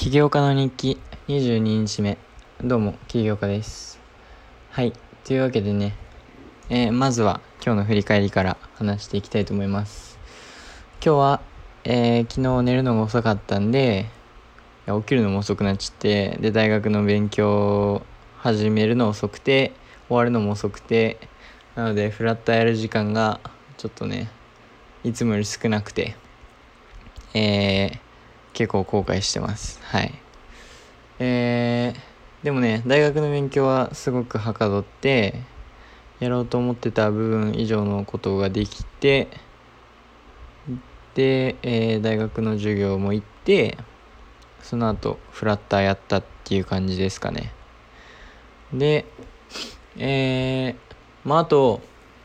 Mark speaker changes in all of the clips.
Speaker 1: 起業家の日記22日目。どうも起業家です。はい、というわけでね、まずは今日の振り返りから話していきたいと思います。今日は、昨日寝るのが遅かったんで、起きるのも遅くなっちゃって、で大学の勉強始めるの遅くて終わるのも遅くて、なのでフラットやる時間がちょっとねいつもより少なくて、結構後悔してます。はい。でもね、大学の勉強はすごくはかどってやろうと思ってた部分以上のことができて、で、大学の授業も行って、その後フラッターやったっていう感じですかね。で、あと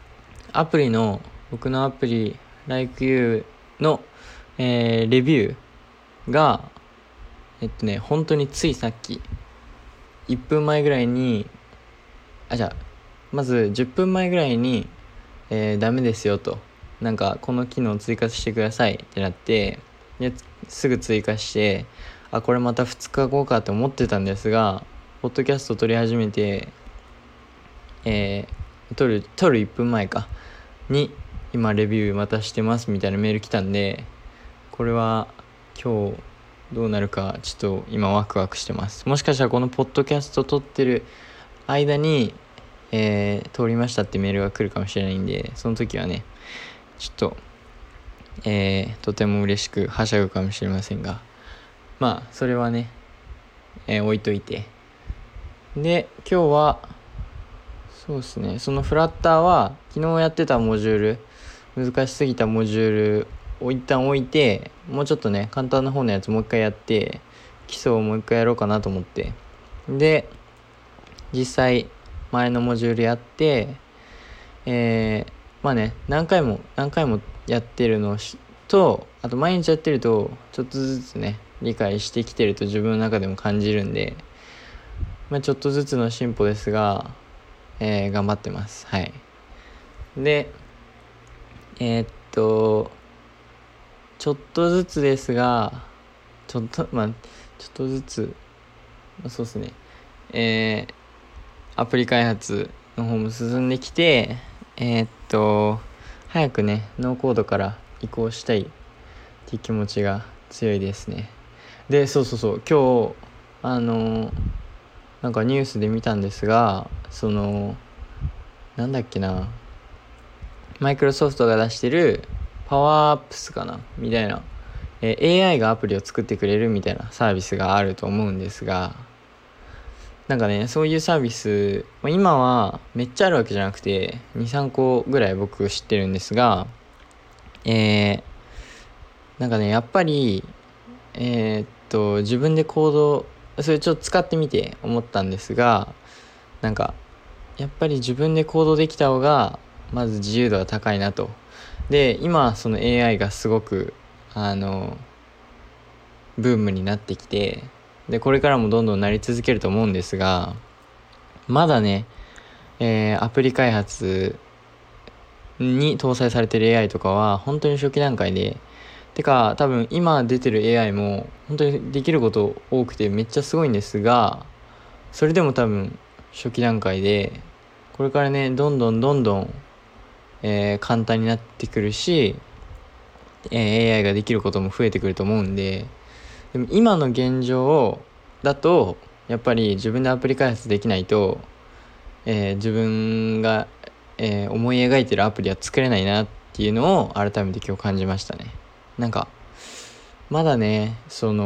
Speaker 1: 僕のアプリ Like You の、レビューが本当についさっき1分前ぐらいにまず10分前ぐらいに、ダメですよと、なんかこの機能追加してくださいってなって、ですぐ追加して、これまた2日後かと思ってたんですが、ポッドキャスト撮り始めて、撮る1分前かに今レビューまたしてますみたいなメール来たんで、これは今日どうなるかちょっと今ワクワクしてます。もしかしたらこのポッドキャスト撮ってる間に、通りましたってメールが来るかもしれないんで、その時はねちょっと、とても嬉しくはしゃぐかもしれませんが、それはね、置いといて、で今日はそうですね、そのフラッターは昨日やってたモジュール、難しすぎたモジュールを一旦置いて、もうちょっとね簡単な方のやつもう一回やって、基礎をもう一回やろうかなと思って、で実際前のモジュールやって、何回もやってるのと、あと毎日やってるとちょっとずつね理解してきてると自分の中でも感じるんで、ちょっとずつの進歩ですが、頑張ってます。はい。でちょっとずつですが、ちょっとずつ、そうですね、アプリ開発の方も進んできて、早くねノーコードから移行したいっていう気持ちが強いですね。で今日なんかニュースで見たんですが、なんだっけな、マイクロソフトが出してるパワーアップスかなみたいな、AI がアプリを作ってくれるみたいなサービスがあると思うんですが、なんかねそういうサービス、今はめっちゃあるわけじゃなくて 2,3 個ぐらい僕知ってるんですが、なんかねやっぱり自分でコード、それちょっと使ってみて思ったんですが、なんかやっぱり自分で行動できた方がまず自由度は高いなと。で今その AI がすごくブームになってきて、でこれからもどんどんなり続けると思うんですが、まだね、アプリ開発に搭載されてる AI とかは本当に初期段階で、多分今出てる AI も本当にできること多くてめっちゃすごいんですが、それでも多分初期段階で、これからねどんどん、簡単になってくるし、AI ができることも増えてくると思うんで、でも今の現状だとやっぱり自分でアプリ開発できないと、自分が、思い描いてるアプリは作れないなっていうのを改めて今日感じましたね。なんかまだね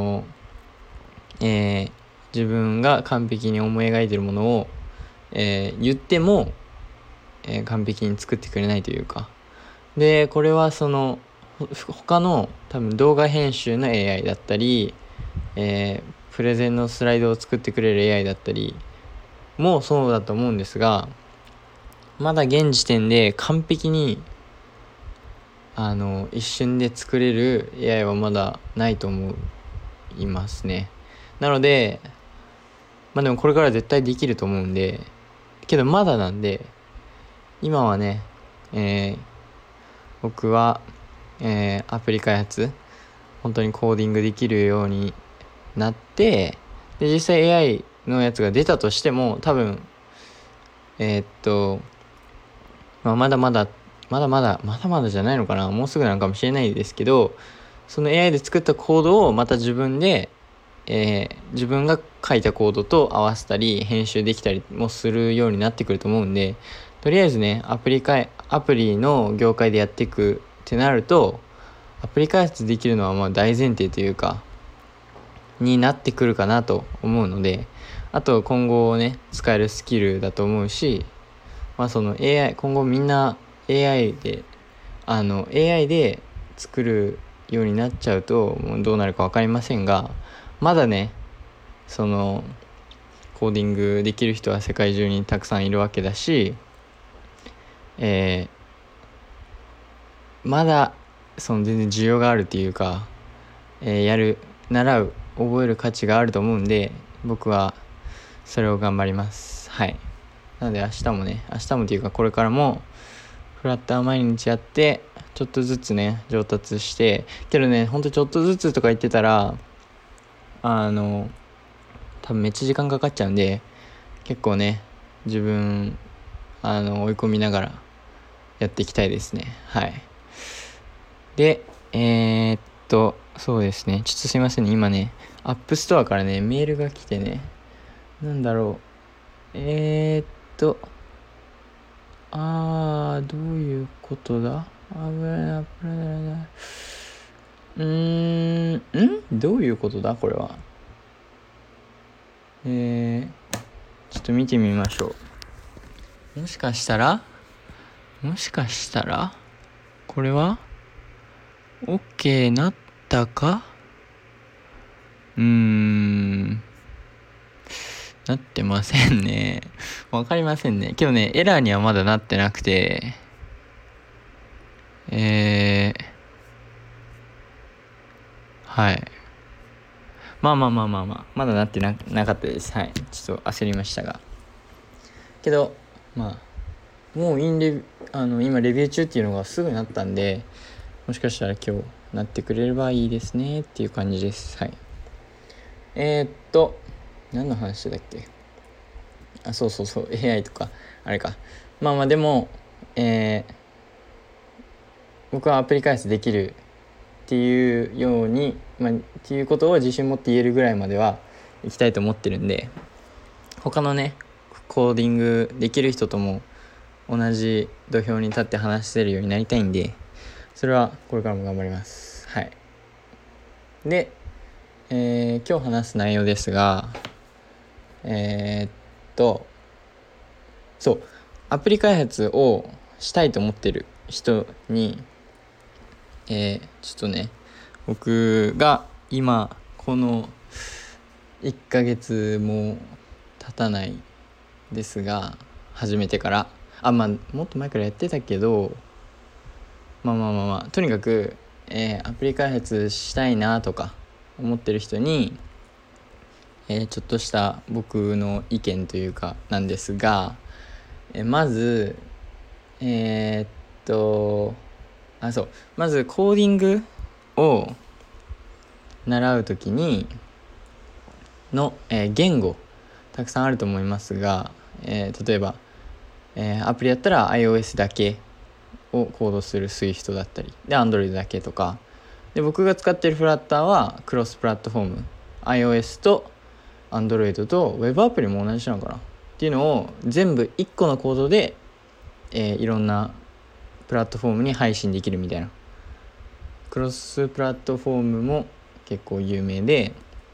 Speaker 1: 自分が完璧に思い描いてるものを、言っても、完璧に作ってくれないというか、でこれは他の多分動画編集の AI だったり、プレゼンのスライドを作ってくれる AI だったりもそうだと思うんですが、まだ現時点で完璧に一瞬で作れる AI はまだないと思いますね。なのででもこれから絶対できると思うんで、けどまだなんで、今はね、僕は、アプリ開発本当にコーディングできるようになって、で実際 AI のやつが出たとしても多分まだまだじゃないのかな、もうすぐなのかもしれないですけど、その AI で作ったコードをまた自分で、自分が書いたコードと合わせたり編集できたりもするようになってくると思うんで、とりあえずねアプリの業界でやっていくってなると、アプリ開発できるのはまあ大前提というかになってくるかなと思うので、あと今後ね使えるスキルだと思うし、その AI 今後みんな AI で作るようになっちゃうともうどうなるか分かりませんが、まだねそのコーディングできる人は世界中にたくさんいるわけだし、まだその全然需要があるっていうか、習う覚える価値があると思うんで、僕はそれを頑張ります。はい。なので明日もっていうかこれからもフラッター毎日やってちょっとずつね上達して、けどねほんとちょっとずつとか言ってたら多分めっちゃ時間かかっちゃうんで、結構ね自分追い込みながらやっていきたいですね。はい。でそうですね、ちょっとすいませんね、今ねアップストアからねメールが来てね、なんだろう、どういうことだ、どういうことだこれは。ちょっと見てみましょう。もしかしたらこれは OK なったか、なってませんね。わかりませんね。けどねエラーにはまだなってなくて、はい、まだなってなかったです。はい、ちょっと焦りましたが、けどもう今レビュー中っていうのがすぐなったんで、もしかしたら今日なってくれればいいですねっていう感じです。はい。何の話だっけ。そう AI とかあれか。でも僕はアプリ開発できるっていうように、っていうことを自信持って言えるぐらいまでは行きたいと思ってるんで、他のねコーディングできる人とも同じ土俵に立って話せるようになりたいんで、それはこれからも頑張ります。はい。で、今日話す内容ですが、そうアプリ開発をしたいと思ってる人に、ちょっとね僕が今この1ヶ月も経たないですが、始めてからもっと前からやってたけど、とにかく、アプリ開発したいなとか思ってる人に、ちょっとした僕の意見というかなんですが、まずまずコーディングを習うときにの、言語たくさんあると思いますが、例えば、アプリだったら iOS だけをコードする Swift だったりで Android だけとかで、僕が使ってるフラッターはクロスプラットフォーム iOS と Android と Web アプリも同じなのかなっていうのを全部1個のコードで、いろんなプラットフォームに配信できるみたいな。クロスプラットフォームも結構有名で、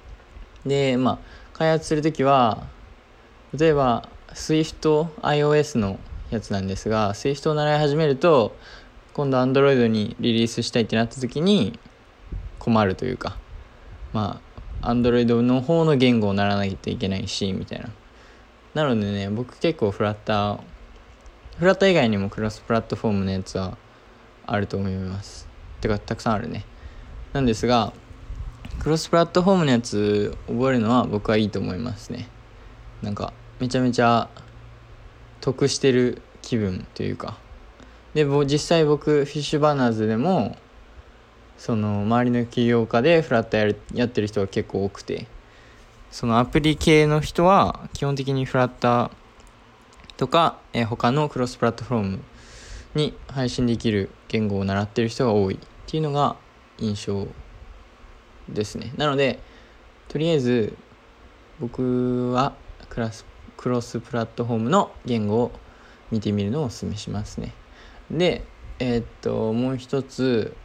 Speaker 1: 開発するときは例えば Swift iOS のやつなんですが、 Swift を習い始めると今度 Android にリリースしたいってなった時に困るというか、Android の方の言語を習わないといけないしみたいな。なのでね、僕結構フラッター以外にもクロスプラットフォームのやつはあると思います。てかたくさんあるね。なんですがクロスプラットフォームのやつ覚えるのは僕はいいと思いますね。なんかめちゃめちゃ得してる気分というかで、実際僕フィッシュバーナーズでもその周りの起業家でフラッターやってる人が結構多くて、そのアプリ系の人は基本的にフラッターとか、他のクロスプラットフォームに配信できる言語を習ってる人が多いっていうのが印象ですね。なのでとりあえず僕はクロスプラットフォームの言語を見てみるのをお勧めしますね。でもう一つ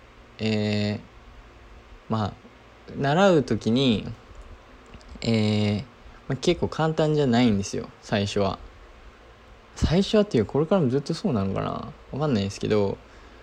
Speaker 1: 習う時に結構簡単じゃないんですよ。最初はっていうこれからもずっとそうなのかな、わかんないですけど、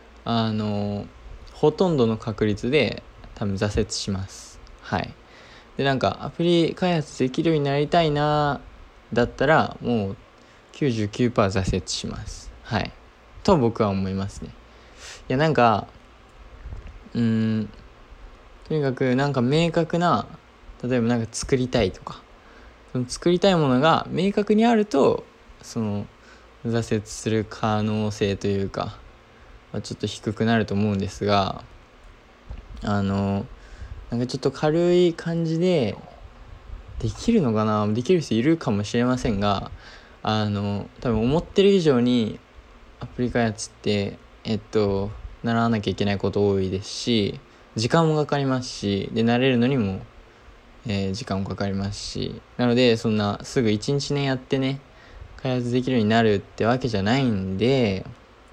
Speaker 1: ほとんどの確率で多分挫折します。はい。でなんかアプリ開発できるようになりたいなだったらもう 99% 挫折します。はい。と僕は思いますね。いやなんかとにかくなんか明確な、例えばなんか作りたいとか、その作りたいものが明確にあるとその挫折する可能性というか、ちょっと低くなると思うんですが、なんかちょっと軽い感じでできるのかな、できる人いるかもしれませんが、多分思ってる以上にアプリ開発って習わなきゃいけないこと多いですし、時間もかかりますし、で慣れるのにも、時間もかかりますし、なのでそんなすぐ1日ねやってね開発できるようになるってわけじゃないんで、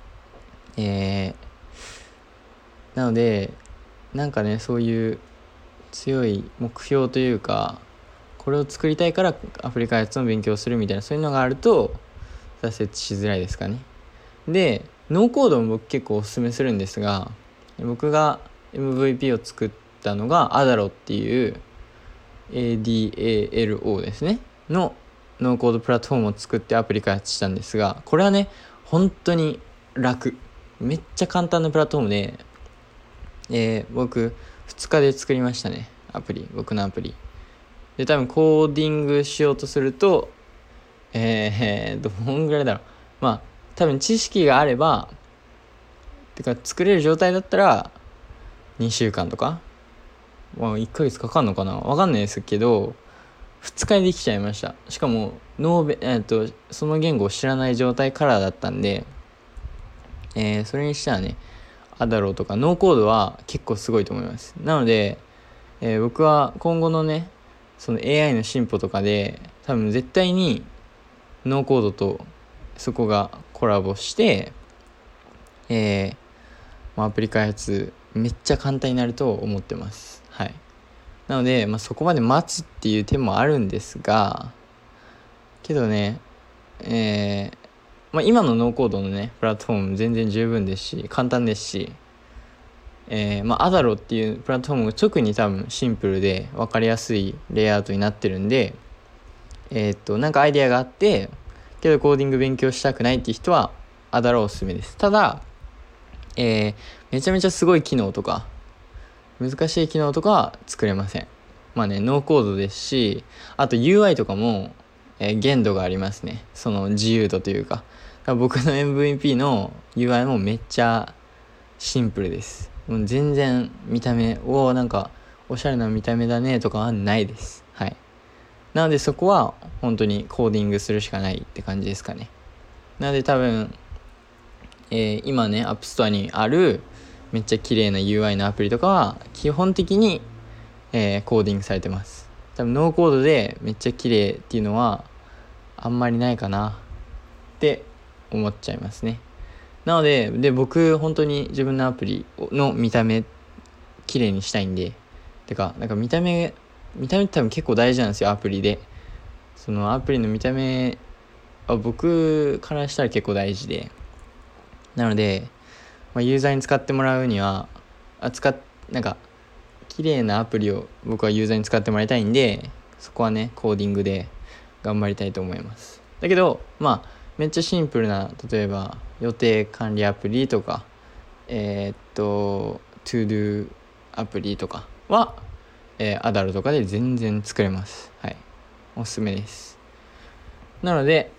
Speaker 1: なのでなんかね、そういう強い目標というか、これを作りたいからアプリ開発の勉強をするみたいな、そういうのがあると挫折しづらいですかね。でノーコードも僕結構おすすめするんですが、僕が MVP を作ったのがアダロっていう ADALO ですねのノーコードプラットフォームを作ってアプリ開発したんですが、これはね本当に楽、めっちゃ簡単なプラットフォームで、僕2日で作りましたね。僕のアプリで、多分コーディングしようとするとどんぐらいだろう、多分知識があればてか作れる状態だったら2週間とか、1ヶ月かかんのかな、わかんないですけど2日でできちゃいました。しかもその言語を知らない状態からだったんで、それにしたらねアダロとかノーコードは結構すごいと思います。なので、僕は今後のねその AI の進歩とかで多分絶対にノーコードとそこがコラボして、アプリ開発めっちゃ簡単になると思ってます。はい。なので、そこまで待つっていう手もあるんですが、けどね、今のノーコードのねプラットフォーム全然十分ですし簡単ですし、アダロっていうプラットフォームが特に多分シンプルで分かりやすいレイアウトになってるんで、なんかアイデアがあってけどコーディング勉強したくないっていう人はアダロおすすめです。ただ、めちゃめちゃすごい機能とか難しい機能とかは作れません。ノーコードですし、あと UI とかも、限度がありますね。その自由度というか、僕の MVP の UI もめっちゃシンプルです。もう全然見た目なんかおしゃれな見た目だねとかはないです。はい。なのでそこは本当にコーディングするしかないって感じですかね。なので多分、今ね App Store にあるめっちゃ綺麗な UI のアプリとかは基本的に、コーディングされてます。多分ノーコードでめっちゃ綺麗っていうのはあんまりないかなって思っちゃいますね。なので僕本当に自分のアプリの見た目綺麗にしたいんで、なんか見た目って多分結構大事なんですよ。アプリでそのアプリの見た目は僕からしたら結構大事で、なので、ユーザーに使ってもらうにはなんか綺麗なアプリを僕はユーザーに使ってもらいたいんで、そこはねコーディングで頑張りたいと思います。だけどめっちゃシンプルな、例えば予定管理アプリとかトゥードゥアプリとかは、アダルとかで全然作れます。はい、おすすめです。なので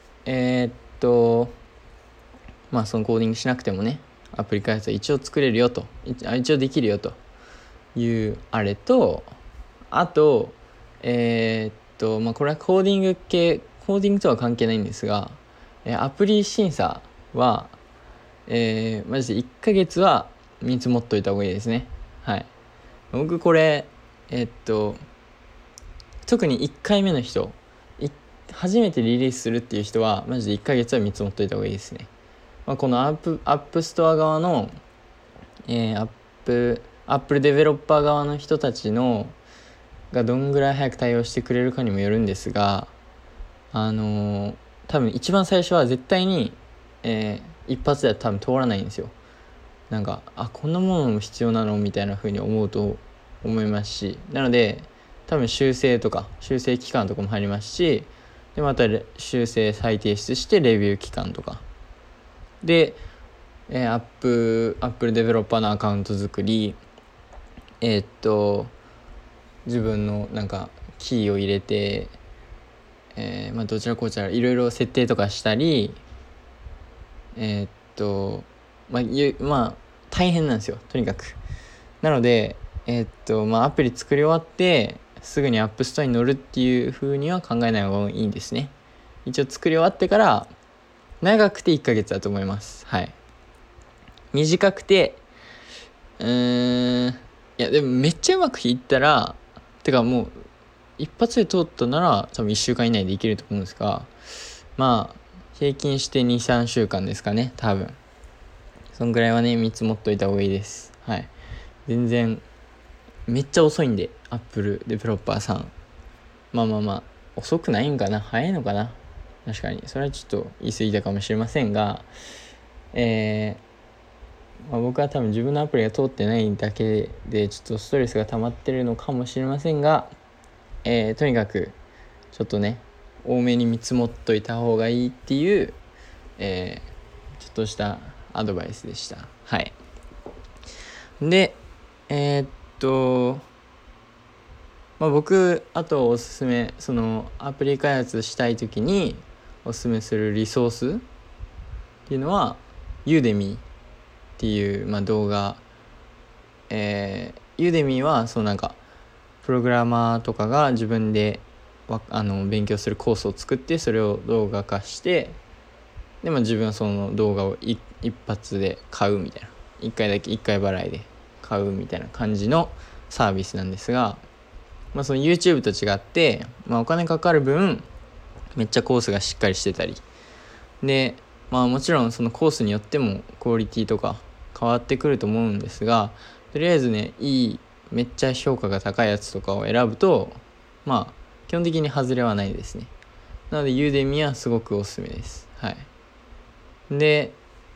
Speaker 1: そのコーディングしなくてもねアプリ開発は一応作れるよと、一応できるよというあれと、あとこれはコーディングとは関係ないんですが、アプリ審査は、マジで1ヶ月は見積もっといた方がいいですね。はい。僕これ特に1回目の人、初めてリリースするっていう人はマジで1ヶ月は見積もっといた方がいいですね。このアップストア側の、アップルデベロッパー側の人たちのがどんぐらい早く対応してくれるかにもよるんですが、多分一番最初は絶対に、一発では多分通らないんですよ。なんかこんなものも必要なのみたいな風に思うと思いますし、なので多分修正期間とかも入りますし、でまた修正再提出してレビュー期間とかで、アップルデベロッパーのアカウント作り、自分のなんかキーを入れて、どちらこちらいろいろ設定とかしたり、大変なんですよ、とにかく。なのでアプリ作り終わってすぐにアップストアに乗るっていう風には考えない方がいいんですね。一応作り終わってから長くて1ヶ月だと思います。はい。短くていやでもめっちゃうまくいったらもう一発で通ったなら多分1週間以内でいけると思うんですが、平均して 2,3 週間ですかね、多分。そんぐらいはね見積もっといた方がいいです。はい。全然めっちゃ遅いんで、アップルデベロッパーさん。遅くないんかな、早いのかな。確かにそれはちょっと言い過ぎたかもしれませんが、僕は多分自分のアプリが通ってないだけでちょっとストレスが溜まってるのかもしれませんが、とにかくちょっとね多めに見積もっといた方がいいっていう、ちょっとしたアドバイスでした。はい。で僕あとおすすめ、そのアプリ開発したい時におすすめするリソースっていうのはユーデミーっていう、動画、ユーデミーはそのなんかプログラマーとかが自分で勉強するコースを作ってそれを動画化して、で自分はその動画を一発で買うみたいな、1回払いで買うみたいな感じのサービスなんですが、その YouTube と違って、お金かかる分めっちゃコースがしっかりしてたりで、もちろんそのコースによってもクオリティとか変わってくると思うんですが、とりあえずねめっちゃ評価が高いやつとかを選ぶと基本的に外れはないですね。なのでユーデミはすごくおすすめです。はい。で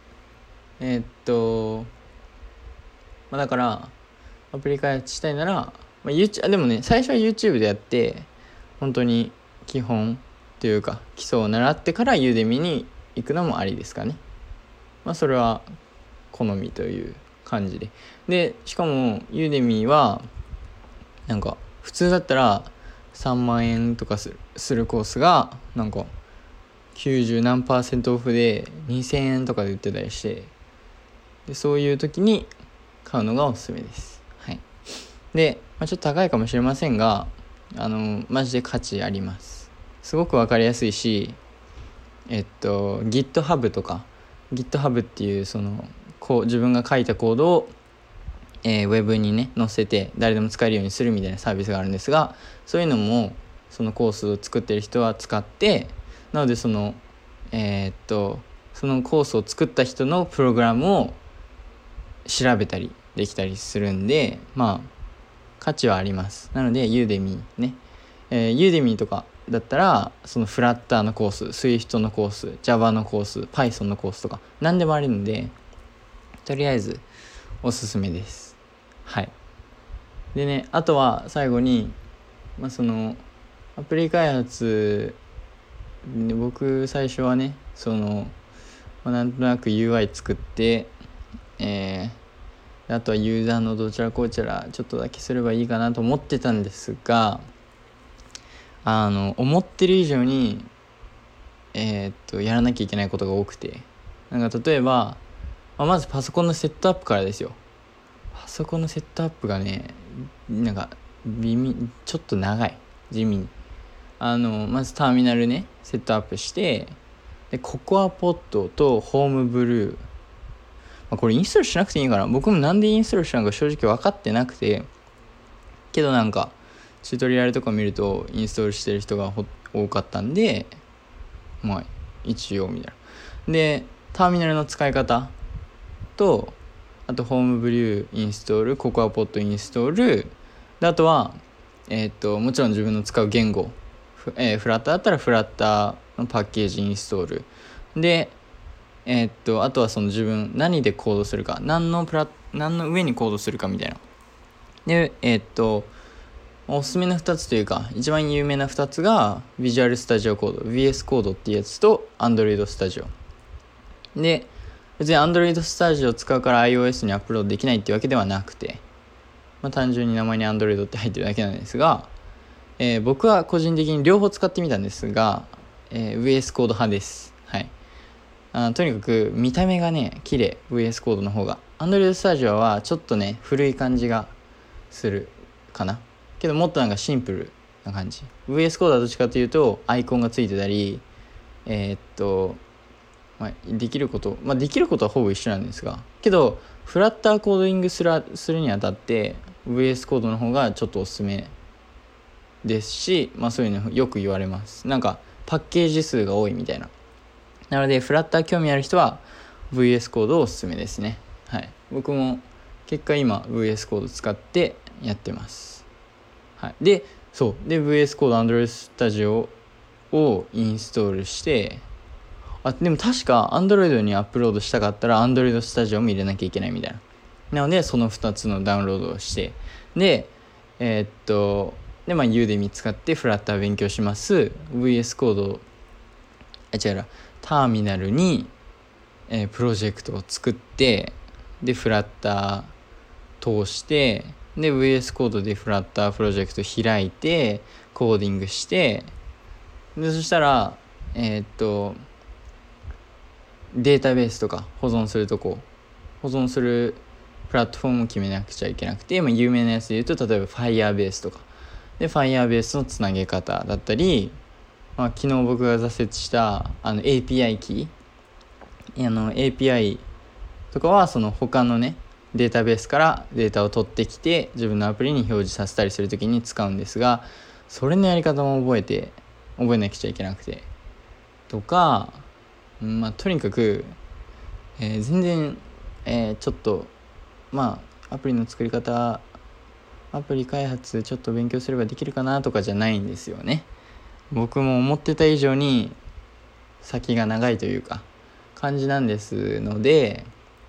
Speaker 1: だからアプリ開発したいなら、YouTube でもね最初は YouTube でやって本当に基本というか基礎を習ってからユーデミに行くのもありですかね。それは好みという感じでしかもユーデミはなんか普通だったら3万円とかするコースがなんか90何%オフで2000円とかで売ってたりして、でそういう時に買うのがおすすめです。はい。で、ちょっと高いかもしれませんがマジで価値あります。すごくわかりやすいし、GitHub とか GitHub っていうその自分が書いたコードをウェブにね載せて誰でも使えるようにするみたいなサービスがあるんですが、そういうのもそのコースを作ってる人は使って、なのでそのそのコースを作った人のプログラムを調べたりできたりするんで、価値はあります。なのでユーデミーね、ユーデミーとかだったらそのフラッターのコース、Swift のコース、Java のコース、Python のコースとか何でもあるので、とりあえずおすすめです。はい。でね、あとは最後に、そのアプリ開発で僕最初はねその、なんとなく UI 作って、あとはユーザーのどちらこちらちょっとだけすればいいかなと思ってたんですが、思ってる以上にやらなきゃいけないことが多くて、なんか例えば、まずパソコンのセットアップからですよ。 パソコンのセットアップがね、なんかちょっと長い、地味に。まずターミナルねセットアップして、でココアポットとホームブルー、これインストールしなくていいかな。僕もなんでインストールしたのか正直分かってなくて、けどなんかチュートリアルとか見るとインストールしてる人が多かったんで、まあ一応みたいな。でターミナルの使い方と、あとホームブリューインストール、ココアポットインストールで、あとはもちろん自分の使う言語、フラッターだったらフラッターのパッケージインストールで、あとはその自分何でコードするか、何の上にコードするかみたいな。でおすすめの2つというか一番有名な2つが Visual Studio Code VS コードっていうやつと Android Studio で、別に Android Studio を使うから iOS にアップロードできないっていうわけではなくて、単純に名前に Android って入ってるだけなんですが、僕は個人的に両方使ってみたんですが、VS コード派です。はい。とにかく見た目がね綺麗、 VS コードの方が。 Android Studio はちょっとね古い感じがするかな。けどもっとなんかシンプルな感じ。 VS コードはどっちかというとアイコンがついてたり、できることはほぼ一緒なんですが、けどフラッターコードリングするにあたって VS コードの方がちょっとおすすめですし、そういうのよく言われます。なんかパッケージ数が多いみたいな。なのでフラッター興味ある人は VS コードをおすすめですね。はい。僕も結果今 VS コード使ってやってます。はい。で VS コード Android Studio をインストールして、でも確か Android にアップロードしたかったら Android Studio も入れなきゃいけないみたいな。なのでその2つのダウンロードをして、でユーデミ使ってフラッター勉強します。 VS コードターミナルに、プロジェクトを作って、でフラッター通して、で VS コードでフラッタープロジェクト開いてコーディングして、でそしたらデータベースとか保存するプラットフォームを決めなくちゃいけなくて、有名なやつで言うと例えば Firebase とかで Firebase のつなげ方だったり、昨日僕が挫折したAPI キーAPI とかはその他のねデータベースからデータを取ってきて自分のアプリに表示させたりするときに使うんですが、それのやり方も覚えなくちゃいけなくてとか、とにかく、全然、ちょっとアプリの作り方、アプリ開発ちょっと勉強すればできるかなとかじゃないんですよね。僕も思ってた以上に先が長いというか感じなんですので、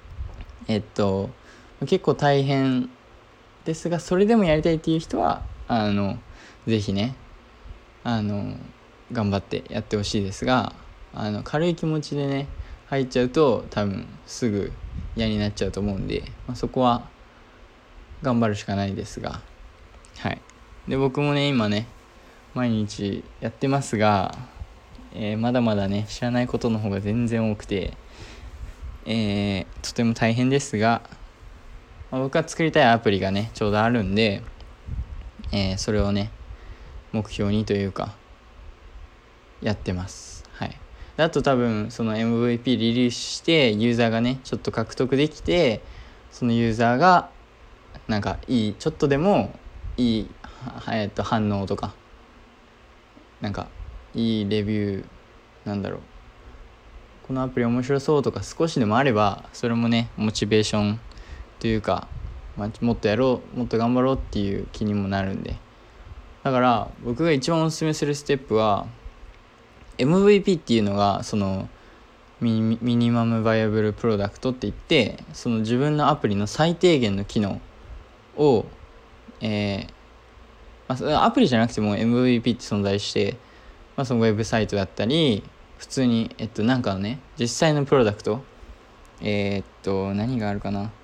Speaker 1: 結構大変ですが、それでもやりたいっていう人はぜひね頑張ってやってほしいですが、軽い気持ちでね入っちゃうと多分すぐ嫌になっちゃうと思うんで、そこは頑張るしかないですが、はい。で僕もね今ね毎日やってますが、まだまだね知らないことの方が全然多くて、とても大変ですが、僕が作りたいアプリがねちょうどあるんで、それをね目標にというかやってます。はい。あと多分その MVP リリースしてユーザーがねちょっと獲得できて、そのユーザーがなんかちょっとでもいい、反応とかなんかいいレビュー、このアプリ面白そうとか少しでもあれば、それもねモチベーションというか、もっとやろう、もっと頑張ろうっていう気にもなるんで、だから僕が一番おすすめするステップは MVP っていうのがそのミニマムバイアブルプロダクトって言って、その自分のアプリの最低限の機能を、アプリじゃなくても MVP って存在して、そのウェブサイトだったり普通になんかね実際のプロダクト何があるかな、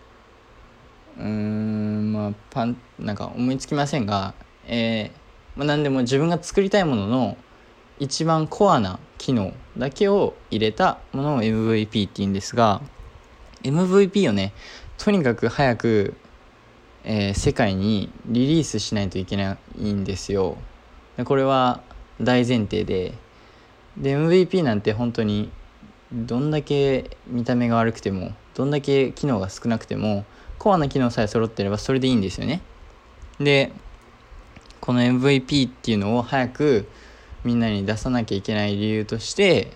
Speaker 1: なんか思いつきませんが、何でも自分が作りたいものの一番コアな機能だけを入れたものを MVP って言うんですが、 MVP をねとにかく早く世界にリリースしないといけないんですよ。でこれは大前提で MVP なんて本当にどんだけ見た目が悪くてもどんだけ機能が少なくてもコアな機能さえ揃ってればそれでいいんですよね。でこの MVP っていうのを早くみんなに出さなきゃいけない理由として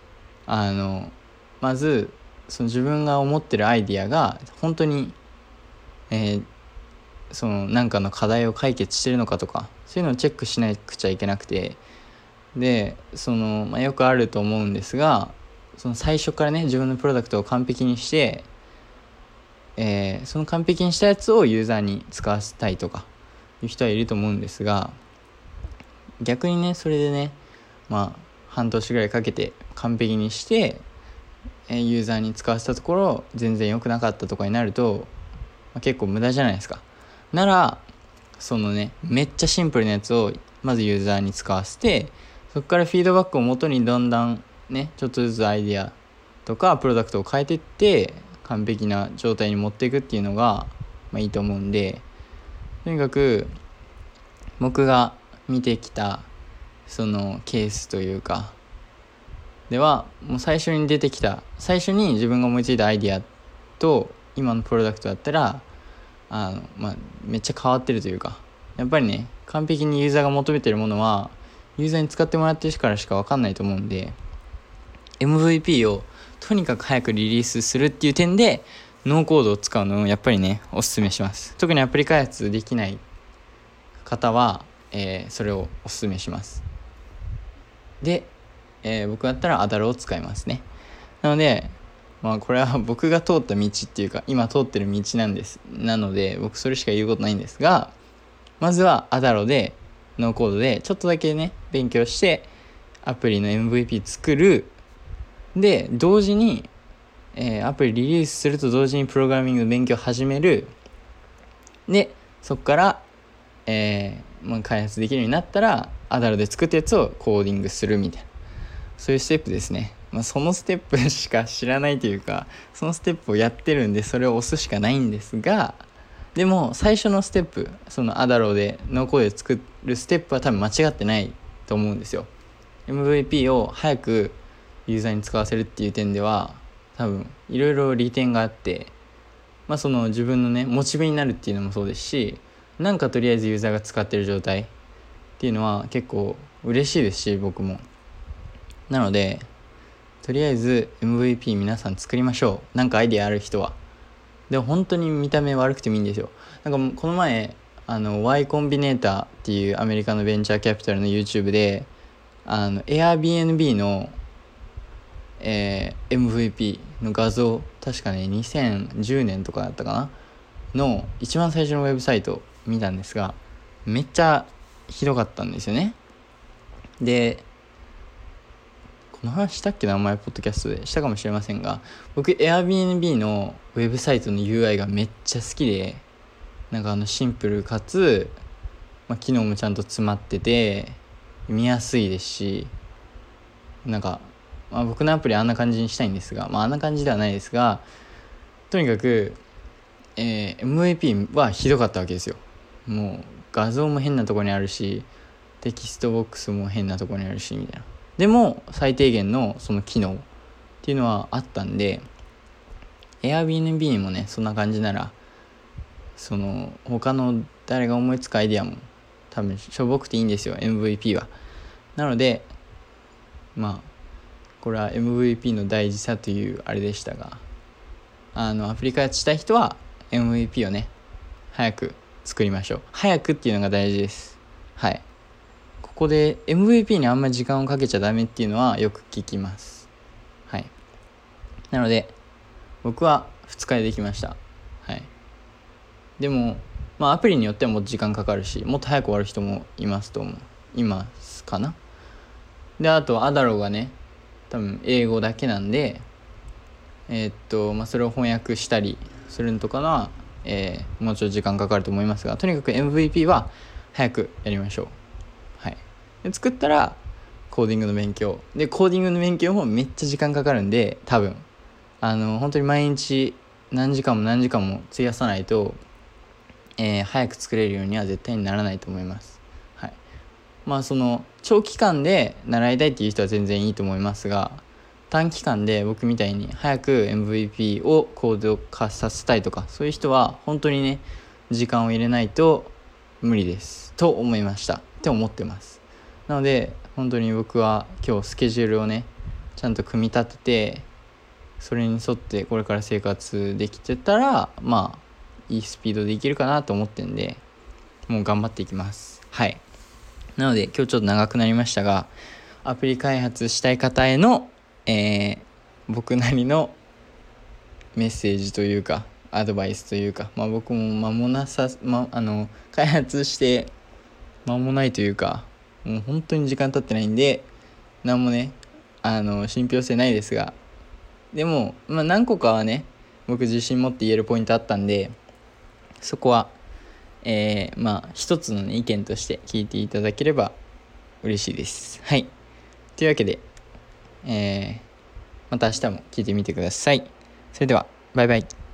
Speaker 1: まずその自分が思ってるアイディアが本当に、その何かの課題を解決してるのかとかそういうのをチェックしなくちゃいけなくて、でよくあると思うんですが、その最初からね自分のプロダクトを完璧にして、その完璧にしたやつをユーザーに使わせたいとかいう人はいると思うんですが、逆にねそれでね半年ぐらいかけて完璧にしてユーザーに使わせたところ全然良くなかったとかになると、結構無駄じゃないですか。ならめっちゃシンプルなやつをまずユーザーに使わせて、そこからフィードバックをもとにだんだんねちょっとずつアイディアとかプロダクトを変えていって完璧な状態に持っていくっていうのが、いいと思うんで、とにかく僕が見てきたそのケースというかではもう最初に自分が思いついたアイディアと今のプロダクトだったらめっちゃ変わってるというか、やっぱりね完璧にユーザーが求めてるものはユーザーに使ってもらってからしか分かんないと思うんで、 MVP をとにかく早くリリースするっていう点でノーコードを使うのをやっぱりねおすすめします。特にアプリ開発できない方は、それをおすすめします。で、僕だったらアダルを使いますね。なのでこれは僕が通った道っていうか今通ってる道なんです。なので僕それしか言うことないんですが、まずはアダロでノーコードでちょっとだけね勉強してアプリの MVP 作る。で同時に、アプリリリースすると同時にプログラミングの勉強を始める。でそこから、開発できるようになったらアダロで作ったやつをコーディングするみたいな、そういうステップですね。そのステップしか知らないというかそのステップをやってるんでそれを押すしかないんですが、でも最初のステップそのアダロでノーコードで作るステップは多分間違ってないと思うんですよ。 MVP を早くユーザーに使わせるっていう点では多分いろいろ利点があって、その自分のねモチベになるっていうのもそうですし、なんかとりあえずユーザーが使ってる状態っていうのは結構嬉しいですし僕も。なのでとりあえず MVP 皆さん作りましょう。なんかアイデアある人は。でも本当に見た目悪くてもいいんですよ。なんかこの前Y コンビネーターっていうアメリカのベンチャーキャピタルの YouTube でAirbnb の、MVP の画像、確かね2010年とかだったかなの一番最初のウェブサイト見たんですが、めっちゃひどかったんですよね。でこの話したっけな、前ポッドキャストでしたかもしれませんが、僕 Airbnb のウェブサイトの UI がめっちゃ好きで、なんかシンプルかつ、機能もちゃんと詰まってて見やすいですし、なんか、僕のアプリあんな感じにしたいんですが、あんな感じではないですが、とにかく、MVP はひどかったわけですよ。もう画像も変なところにあるしテキストボックスも変なところにあるしみたいな。でも最低限のその機能っていうのはあったんで、 Airbnb にもねそんな感じならその他の誰が思いつくアイディアも多分しょぼくていいんですよ MVP は。なのでこれは MVP の大事さというあれでしたが、アプリ開発したい人は MVP をね早く作りましょう。早くっていうのが大事です。はい。ここで MVP にあんまり時間をかけちゃダメっていうのはよく聞きます。はい。なので僕は2日でできました。はい。でもアプリによってはもっと時間かかるし、もっと早く終わる人もいますかな。であとアダロがね多分英語だけなんでそれを翻訳したりするのとかは、もうちょっと時間かかると思いますが、とにかく MVP は早くやりましょう。はい。で作ったらコーディングの勉強で、コーディングの勉強もめっちゃ時間かかるんで、多分本当に毎日何時間も費やさないと早く作れるようには絶対にならないと思います。はい。その長期間で習いたいっていう人は全然いいと思いますが、短期間で僕みたいに早く MVP をコード化させたいとか、そういう人は本当にね時間を入れないと無理ですと思いましたって思ってます。なので本当に僕は今日スケジュールをねちゃんと組み立てて、それに沿ってこれから生活できてたらいいスピードでいけるかなと思ってんで、もう頑張っていきます。はい。なので今日ちょっと長くなりましたが、アプリ開発したい方への、僕なりのメッセージというかアドバイスというか、僕も開発して間もないというか、もう本当に時間経ってないんで何もね信憑性ないですが、でも何個かはね僕自信持って言えるポイントあったんで、そこは一つの、ね、意見として聞いていただければ嬉しいです。はい。というわけで、また明日も聞いてみてください。それではバイバイ。